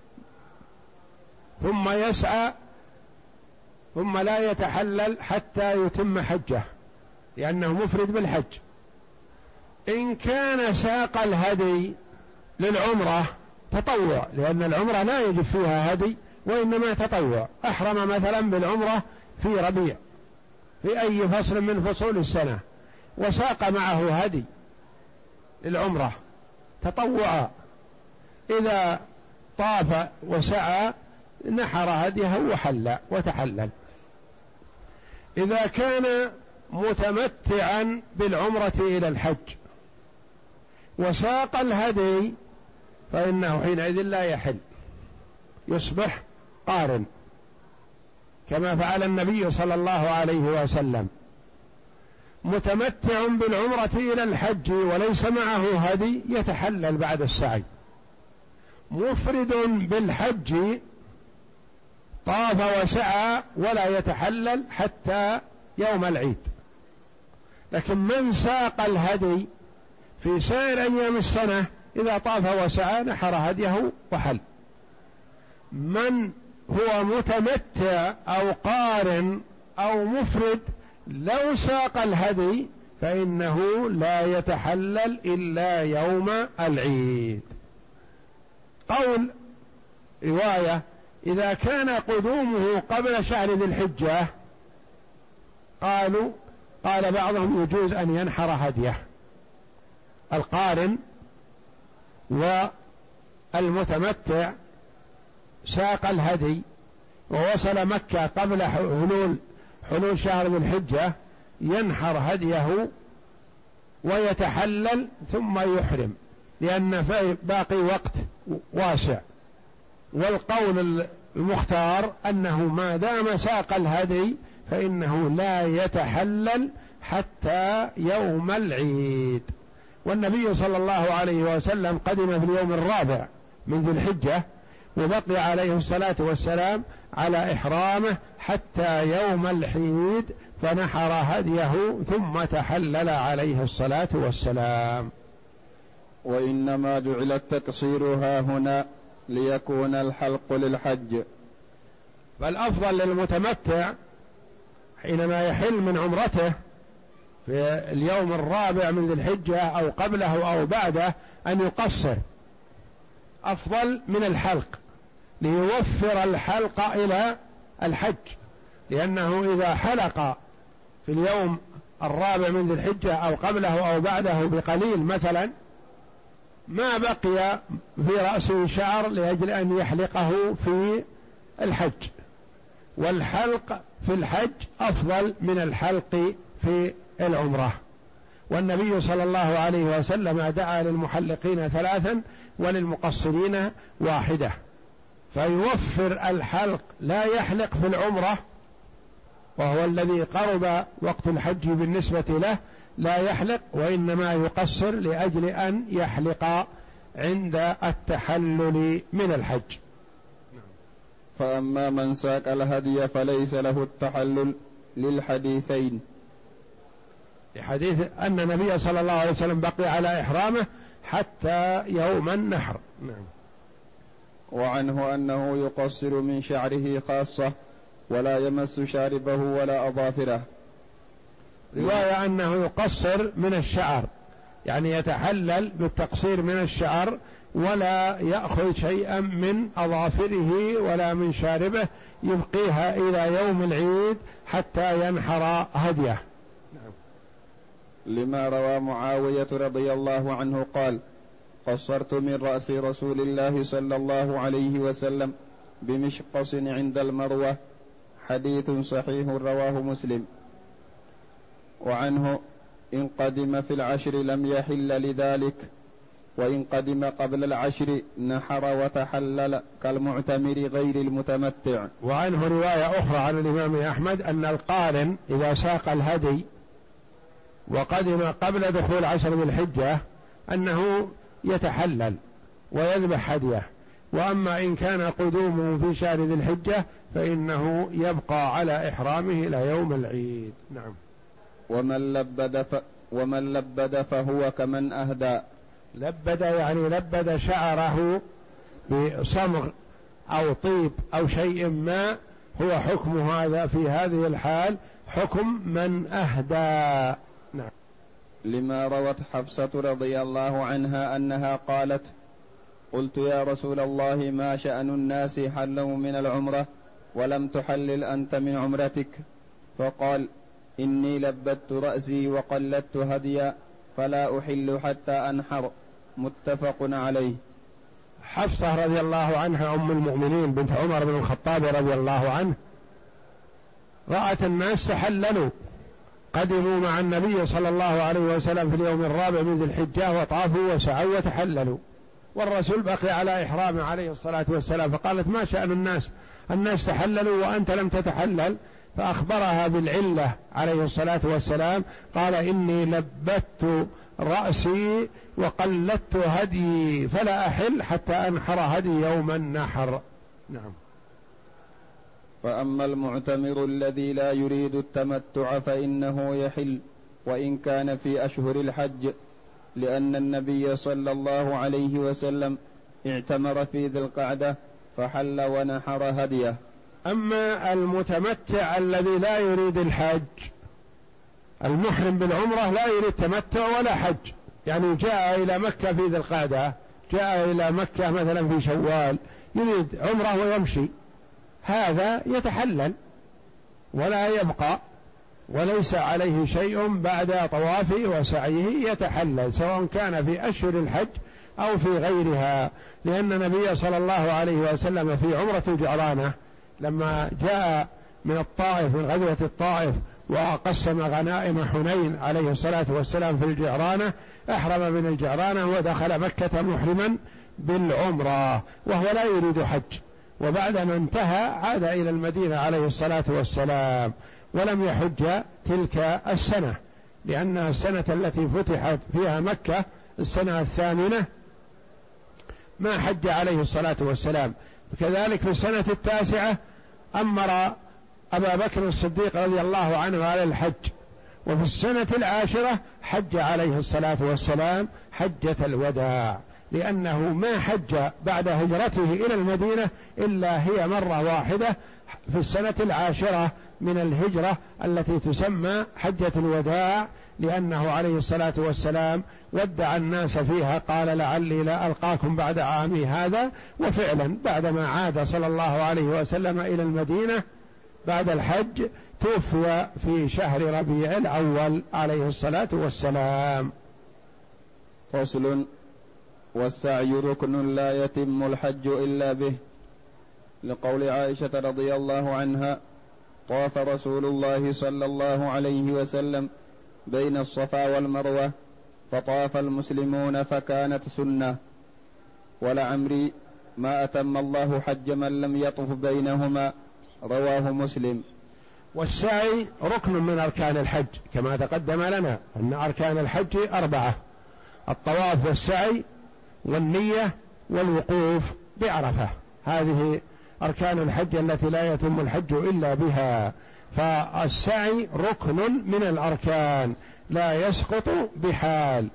ثم يسعى ثم لا يتحلل حتى يتم حجه لأنه مفرد بالحج. إن كان ساق الهدي للعمرة تطوع، لأن العمرة لا يجب فيها هدي وإنما تطوع، أحرم مثلا بالعمرة في ربيع في أي فصل من فصول السنة وساق معه هدي للعمرة تطوعا، إذا طاف وسعى نحر هديه وحل وتحلل. إذا كان متمتعا بالعمرة إلى الحج وساق الهدي فإنه حينئذ لا يحل، يصبح قارن كما فعل النبي صلى الله عليه وسلم. متمتع بالعمرة إلى الحج وليس معه هدي يتحلل بعد السعي. مفرد بالحج طاف وسعى ولا يتحلل حتى يوم العيد. لكن من ساق الهدي في سائر أيام السنة إذا طاف وسعى نحر هديه وحل. من هو متمتع أو قارن أو مفرد لو ساق الهدي فإنه لا يتحلل إلا يوم العيد. قول رواية إذا كان قدومه قبل شهر ذي الحجة قالوا قال بعضهم يجوز أن ينحر هديه. القارن والمتمتع ساق الهدي ووصل مكة قبل حلول حلول شهر ذي الحجة ينحر هديه ويتحلل ثم يحرم، لأن في باقي وقت واسع. والقول المختار أنه ما دام ساق الهدي فإنه لا يتحلل حتى يوم العيد. والنبي صلى الله عليه وسلم قدم في اليوم الرابع من ذي الحجة وبقي عليه الصلاة والسلام على إحرامه حتى يوم العيد فنحر هديه ثم تحلل عليه الصلاة والسلام. وإنما جعل التقصير ها هنا ليكون الحلق للحج. فالأفضل للمتمتع حينما يحل من عمرته في اليوم الرابع من ذي الحجة أو قبله أو بعده أن يقصر، أفضل من الحلق ليوفر الحلق إلى الحج، لأنه إذا حلق في اليوم الرابع من ذي الحجة أو قبله أو بعده بقليل مثلا ما بقي في رأسه شعر لأجل أن يحلقه في الحج، والحلق في الحج أفضل من الحلق في العمرة. والنبي صلى الله عليه وسلم دعا للمحلقين ثلاثا وللمقصرين واحدة، فيوفر الحلق، لا يحلق في العمرة وهو الذي قرب وقت الحج بالنسبة له، لا يحلق وإنما يقصر لأجل أن يحلق عند التحلل من الحج. فأما من ساق الهدي فليس له التحلل للحديثين، لحديث أن النبي صلى الله عليه وسلم بقي على إحرامه حتى يوم النحر. نعم. وعنه أنه يقصر من شعره خاصة ولا يمس شاربه ولا أظافره. رواية أنه يقصر من الشعر، يعني يتحلل بالتقصير من الشعر ولا يأخذ شيئا من أظافره ولا من شاربه، يبقيها إلى يوم العيد حتى ينحر هديه. لما روى معاوية رضي الله عنه قال: قصرت من رأس رسول الله صلى الله عليه وسلم بمشقص عند المروة. حديث صحيح رواه مسلم. وعنه: إن قدم في العشر لم يحل لذلك، وإن قدم قبل العشر نحر وتحلل كالمعتمر غير المتمتع. وعنه رواية أخرى عن الإمام أحمد أن القارن إذا ساق الهدي وقدم قبل دخول عشر ذي الحجة أنه يتحلل ويذبح هديه، وأما إن كان قدومه في شهر ذي الحجة فإنه يبقى على إحرامه إلى يوم العيد. نعم. ومن لبد, ف... ومن لبد فهو كمن أهدى. لبد يعني لبد شعره بصمغ أو طيب أو شيء ما، هو حكم هذا في هذه الحال حكم من أهدى. نعم. لما روت حفصة رضي الله عنها أنها قالت: قلت يا رسول الله ما شأن الناس حلوا من العمرة ولم تحلل أنت من عمرتك؟ فقال: إني لبدت رأسي وقلدت هديا فلا أحل حتى أنحر. متفق عليه. حفصة رضي الله عنها أم المؤمنين بنت عمر بن الخطاب رضي الله عنه رأت الناس تحللوا، قدموا مع النبي صلى الله عليه وسلم في اليوم الرابع من ذي الحجة وطافوا وسعوا وتحللوا، والرسول بقي على إحرامه عليه الصلاة والسلام، فقالت: ما شأن الناس؟ الناس تحللوا وأنت لم تتحلل. فأخبرها بالعلة عليه الصلاة والسلام، قال: إني لبت رأسي وقلدت هدي فلا أحل حتى أنحر هدي يوم النحر. نعم. فأما المعتمر الذي لا يريد التمتع فإنه يحل وإن كان في أشهر الحج، لأن النبي صلى الله عليه وسلم اعتمر في ذي القعدة فحل ونحر هديه. أما المتمتع الذي لا يريد الحج، المحرم بالعمرة لا يريد تمتع ولا حج، يعني جاء إلى مكة في ذي القعدة، جاء إلى مكة مثلا في شوال يريد عمرة ويمشي، هذا يتحلل ولا يبقى وليس عليه شيء بعد طوافه وسعيه، يتحلل سواء كان في أشهر الحج أو في غيرها، لأن النبي صلى الله عليه وسلم في عمرة الجعرانة لما جاء من الطائف من غزوة الطائف وقسم غنائم حنين عليه الصلاة والسلام في الجعرانة، أحرم من الجعرانة ودخل مكة محرما بالعمرة وهو لا يريد حج، وبعدما انتهى عاد إلى المدينة عليه الصلاة والسلام ولم يحج تلك السنة، لأنها السنة التي فتحت فيها مكة السنة الثامنة ما حج عليه الصلاة والسلام. كذلك في السنة التاسعة أمر أبا بكر الصديق رضي الله عنه على الحج، وفي السنة العاشرة حج عليه الصلاة والسلام حجة الوداع، لأنه ما حج بعد هجرته إلى المدينة إلا هي مرة واحدة في السنة العاشرة من الهجرة التي تسمى حجة الوداع، لأنه عليه الصلاة والسلام ودع الناس فيها، قال: لعلي لا ألقاكم بعد عامي هذا، وفعلا بعدما عاد صلى الله عليه وسلم إلى المدينة بعد الحج توفي في شهر ربيع الأول عليه الصلاة والسلام. فصل: والسعي ركن لا يتم الحج إلا به، لقول عائشة رضي الله عنها: طاف رسول الله صلى الله عليه وسلم بين الصفا والمروة فطاف المسلمون فكانت سنة، ولعمري ما أتم الله حج من لم يطف بينهما. رواه مسلم. والسعي ركن من أركان الحج كما تقدم لنا أن أركان الحج أربعة: الطواف والسعي والنية والوقوف بعرفة، هذه أركان الحج التي لا يتم الحج إلا بها، فالسعي ركن من الأركان لا يسقط بحال.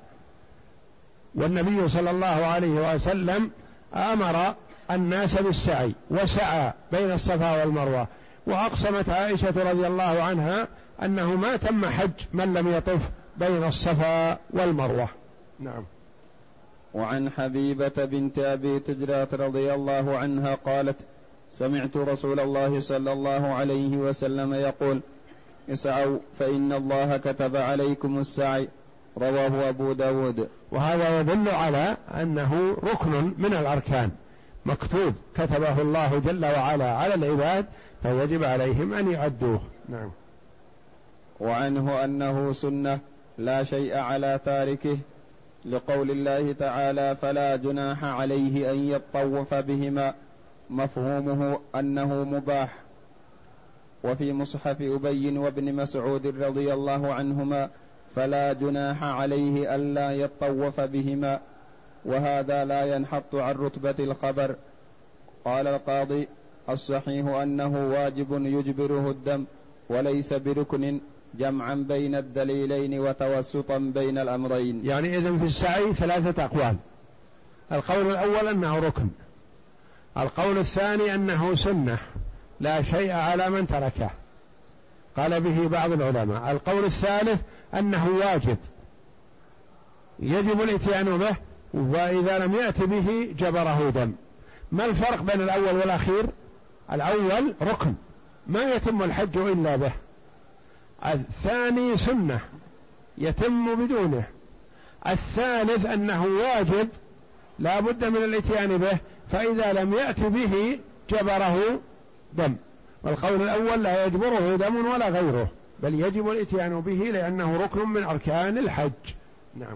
والنبي صلى الله عليه وسلم أمر الناس بالسعي وسعى بين الصفا والمروة، وأقسمت عائشة رضي الله عنها أنه ما تم حج من لم يطف بين الصفا والمروة. نعم. وعن حبيبة بنت أبي تجرات رضي الله عنها قالت: سمعت رسول الله صلى الله عليه وسلم يقول: اسعوا فإن الله كتب عليكم السعي. رواه أبو داود. وهذا يدل على أنه ركن من الأركان مكتوب كتبه الله جل وعلا على العباد، فيجب عليهم أن يعدوه. نعم. وعنه أنه سنة لا شيء على تاركه، لقول الله تعالى: فلا جناح عليه أن يطوف بهما، مفهومه أنه مباح. وفي مصحف أبي وابن مسعود رضي الله عنهما: فلا جناح عليه ألا يطوف بهما، وهذا لا ينحط عن رتبة الخبر. قال القاضي: الصحيح أنه واجب يجبره الدم وليس بركن، جمعا بين الدليلين وتوسطا بين الأمرين. يعني إذن في السعي ثلاثة أقوال: القول الأول أنه ركن، القول الثاني أنه سنة لا شيء على من تركه، قال به بعض العلماء، القول الثالث أنه واجب يجب الاتيان به، وإذا لم يأت به جبره دم. ما الفرق بين الأول والأخير؟ الأول ركن ما يتم الحج إلا به، الثاني سنة يتم بدونه، الثالث أنه واجب لا بد من الاتيان به، فإذا لم يأت به جبره دم. والقول الأول لا يجبره دم ولا غيره، بل يجب الاتيان به لأنه ركن من أركان الحج. نعم.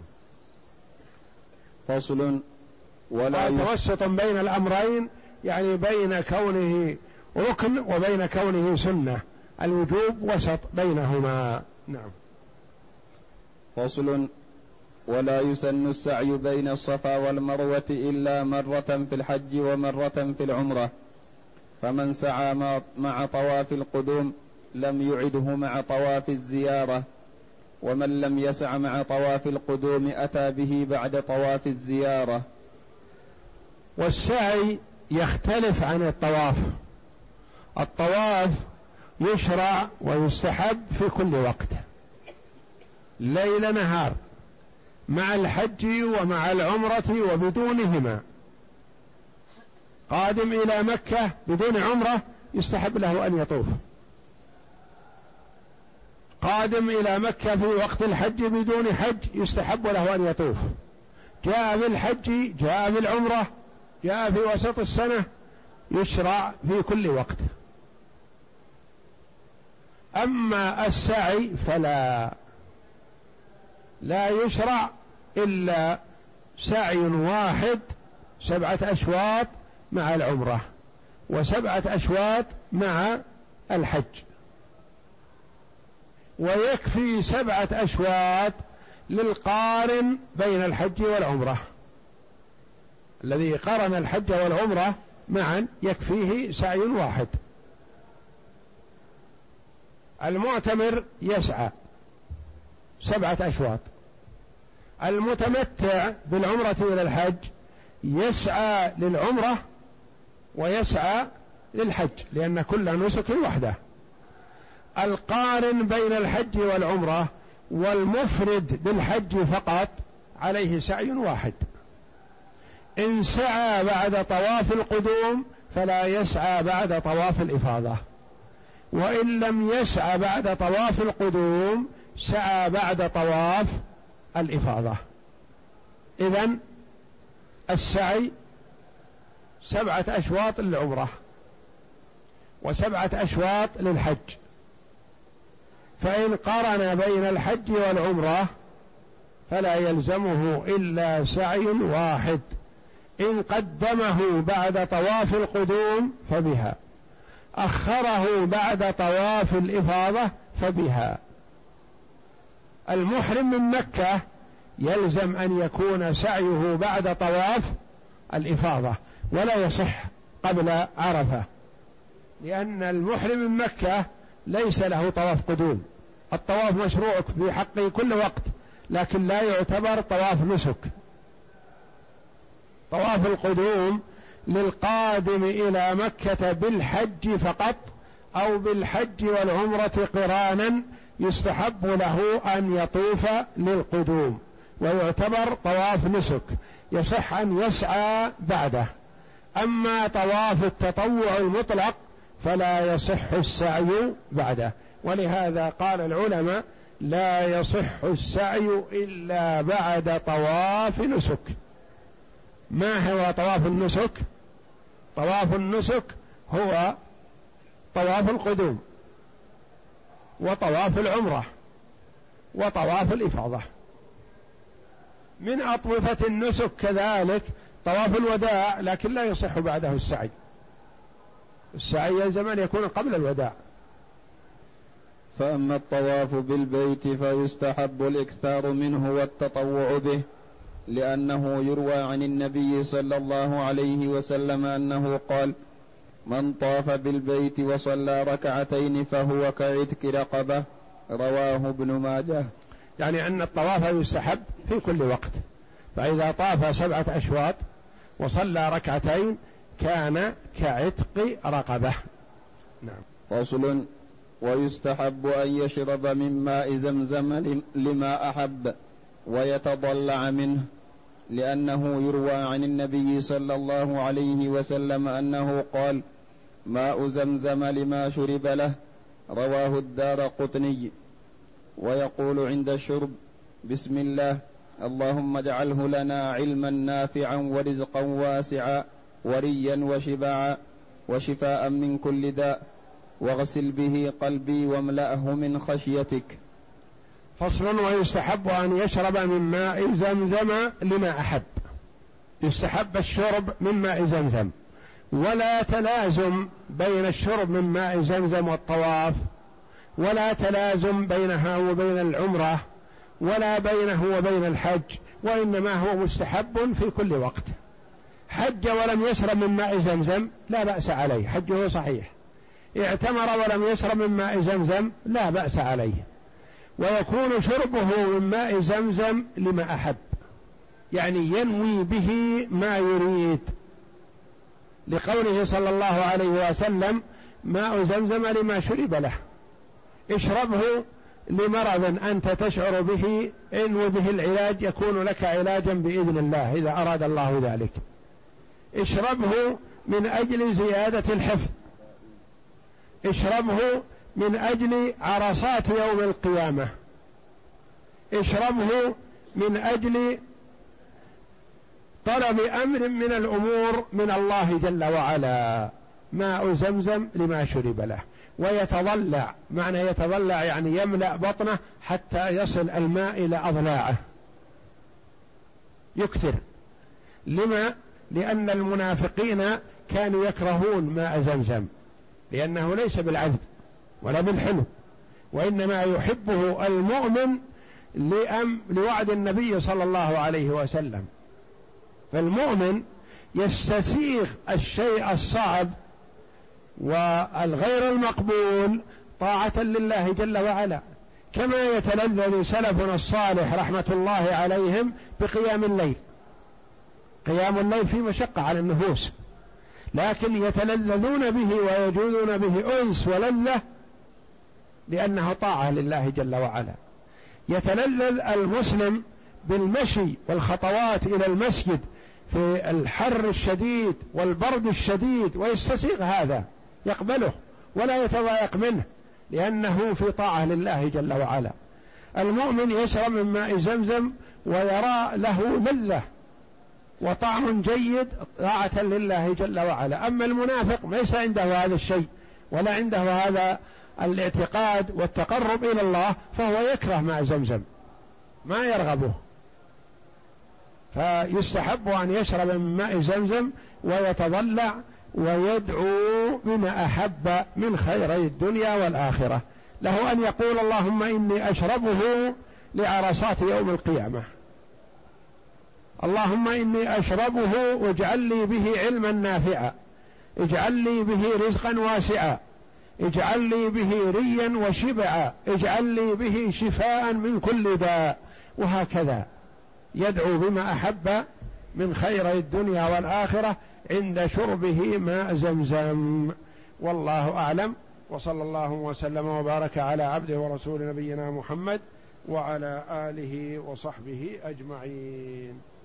فصل: ولا توسط بين الأمرين، يعني بين كونه ركن وبين كونه سنة، الوجوب وسط بينهما. نعم. فصل: ولا يسن السعي بين الصفا والمروة إلا مرة في الحج ومرة في العمرة، فمن سعى مع طواف القدوم لم يعده مع طواف الزيارة، ومن لم يسع مع طواف القدوم أتى به بعد طواف الزيارة. والسعي يختلف عن الطواف. الطواف يشرع ويستحب في كل وقت ليل نهار، مع الحج ومع العمرة وبدونهما. قادم إلى مكة بدون عمرة يستحب له أن يطوف، قادم إلى مكة في وقت الحج بدون حج يستحب له أن يطوف، جاء بالحج جاء بالعمرة جاء في وسط السنة، يشرع في كل وقت. أما السعي فلا لا يشرع إلا سعي واحد، سبعة أشواط مع العمرة وسبعة أشواط مع الحج، ويكفي سبعة أشواط للقارن بين الحج والعمرة، الذي قرن الحج والعمرة معا يكفيه سعي واحد. المعتمر يسعى سبعة أشواط، المتمتع بالعمرة إلى الحج يسعى للعمرة ويسعى للحج، لأن كل نسك وحده. القارن بين الحج والعمرة والمفرد بالحج فقط عليه سعي واحد. إن سعى بعد طواف القدوم فلا يسعى بعد طواف الإفاضة، وإن لم يسعى بعد طواف القدوم سعى بعد طواف الإفاضة. إذن السعي سبعة أشواط للعمرة وسبعة أشواط للحج، فإن قرن بين الحج والعمرة فلا يلزمه إلا سعي واحد. إن قدمه بعد طواف القدوم فبها، أخره بعد طواف الإفاضة فبها. المحرم من مكة يلزم أن يكون سعيه بعد طواف الإفاضة، ولا يصح قبل عرفة، لأن المحرم من مكة ليس له طواف قدوم. الطواف مشروع في حقه كل وقت، لكن لا يعتبر طواف نسك. طواف القدوم للقادم إلى مكة بالحج فقط، أو بالحج والعمرة قرانا يستحب له أن يطوف للقدوم ويعتبر طواف نسك، يصح أن يسعى بعده. أما طواف التطوع المطلق فلا يصح السعي بعده، ولهذا قال العلماء لا يصح السعي إلا بعد طواف نسك. ما هو طواف النسك؟ طواف النسك هو طواف القدوم وطواف العمرة وطواف الإفاضة. من أطوفة النسك كذلك طواف الوداع، لكن لا يصح بعده السعي، السعي يلزم أن يكون قبل الوداع. فأما الطواف بالبيت فيستحب الإكثار منه والتطوع به، لأنه يروى عن النبي صلى الله عليه وسلم أنه قال: من طاف بالبيت وصلى ركعتين فهو كعتق رقبة، رواه ابن ماجه. يعني أن الطواف يستحب في كل وقت، فإذا طاف سبعة أشواط وصلى ركعتين كان كعتق رقبة. نعم. فصل: ويستحب أن يشرب من ماء زمزم لما أحب ويتضلع منه، لأنه يروى عن النبي صلى الله عليه وسلم أنه قال: ماء زمزم لما شرب له، رواه الدارقطني. ويقول عند الشرب: بسم الله، اللهم اجعله لنا علما نافعا ورزقا واسعا وريا وشبعا وشفاء من كل داء، واغسل به قلبي واملأه من خشيتك. فصل: ويستحب أن يشرب من ماء زمزم لما أحب. يستحب الشرب من ماء زمزم، ولا تلازم بين الشرب من ماء زمزم والطواف، ولا تلازم بينها وبين العمرة، ولا بينه وبين الحج، وإنما هو مستحب في كل وقت. حج ولم يشرب من ماء زمزم لا بأس عليه، حجه صحيح. اعتمر ولم يشرب من ماء زمزم لا بأس عليه. ويكون شربه من ماء زمزم لما أحب، يعني ينوي به ما يريد، لقوله صلى الله عليه وسلم: ماء زمزم لما شرب له. اشربه لمرض أنت تشعر به، انو به العلاج يكون لك علاجا بإذن الله إذا أراد الله ذلك. اشربه من أجل زيادة الحفظ، اشربه من أجل عرصات يوم القيامة، اشربه من أجل طلب أمر من الأمور من الله جل وعلا. ماء زمزم لما شرب له. ويتضلع، معنى يتضلع يعني يملأ بطنه حتى يصل الماء إلى أضلاعه، يكثر. لما؟ لأن المنافقين كانوا يكرهون ماء زمزم، لأنه ليس بالعذب ولا بالحلو، وإنما يحبه المؤمن لأم لوعد النبي صلى الله عليه وسلم. فالمؤمن يستسيغ الشيء الصعب والغير المقبول طاعة لله جل وعلا، كما يتلذذ سلفنا الصالح رحمة الله عليهم بقيام الليل. قيام الليل في مشقة على النفوس، لكن يتلذذون به ويجودون به أنس ولذة لأنه طاعة لله جل وعلا. يتلذذ المسلم بالمشي والخطوات إلى المسجد في الحر الشديد والبرد الشديد، ويستسيغ هذا، يقبله ولا يتضايق منه، لأنه في طاعة لله جل وعلا. المؤمن يشرب من ماء زمزم ويرى له لذة وطعم جيد طاعة لله جل وعلا. أما المنافق ليس عنده هذا الشيء ولا عنده هذا الاعتقاد والتقرب إلى الله، فهو يكره ماء زمزم، ما يرغبه. فيستحب أن يشرب من ماء زمزم ويتضلع ويدعو بما أحب من خيري الدنيا والآخرة. له أن يقول: اللهم إني أشربه لعرصات يوم القيامة، اللهم إني أشربه واجعل لي به علما نافعا، اجعل لي به رزقا واسعا، اجعل لي به ريا وشبعا، اجعل لي به شفاء من كل داء. وهكذا يدعو بما أحب من خير الدنيا والآخرة عند شربه ماء زمزم. والله أعلم، وصلى الله وسلم وبارك على عبده ورسول نبينا محمد وعلى آله وصحبه أجمعين.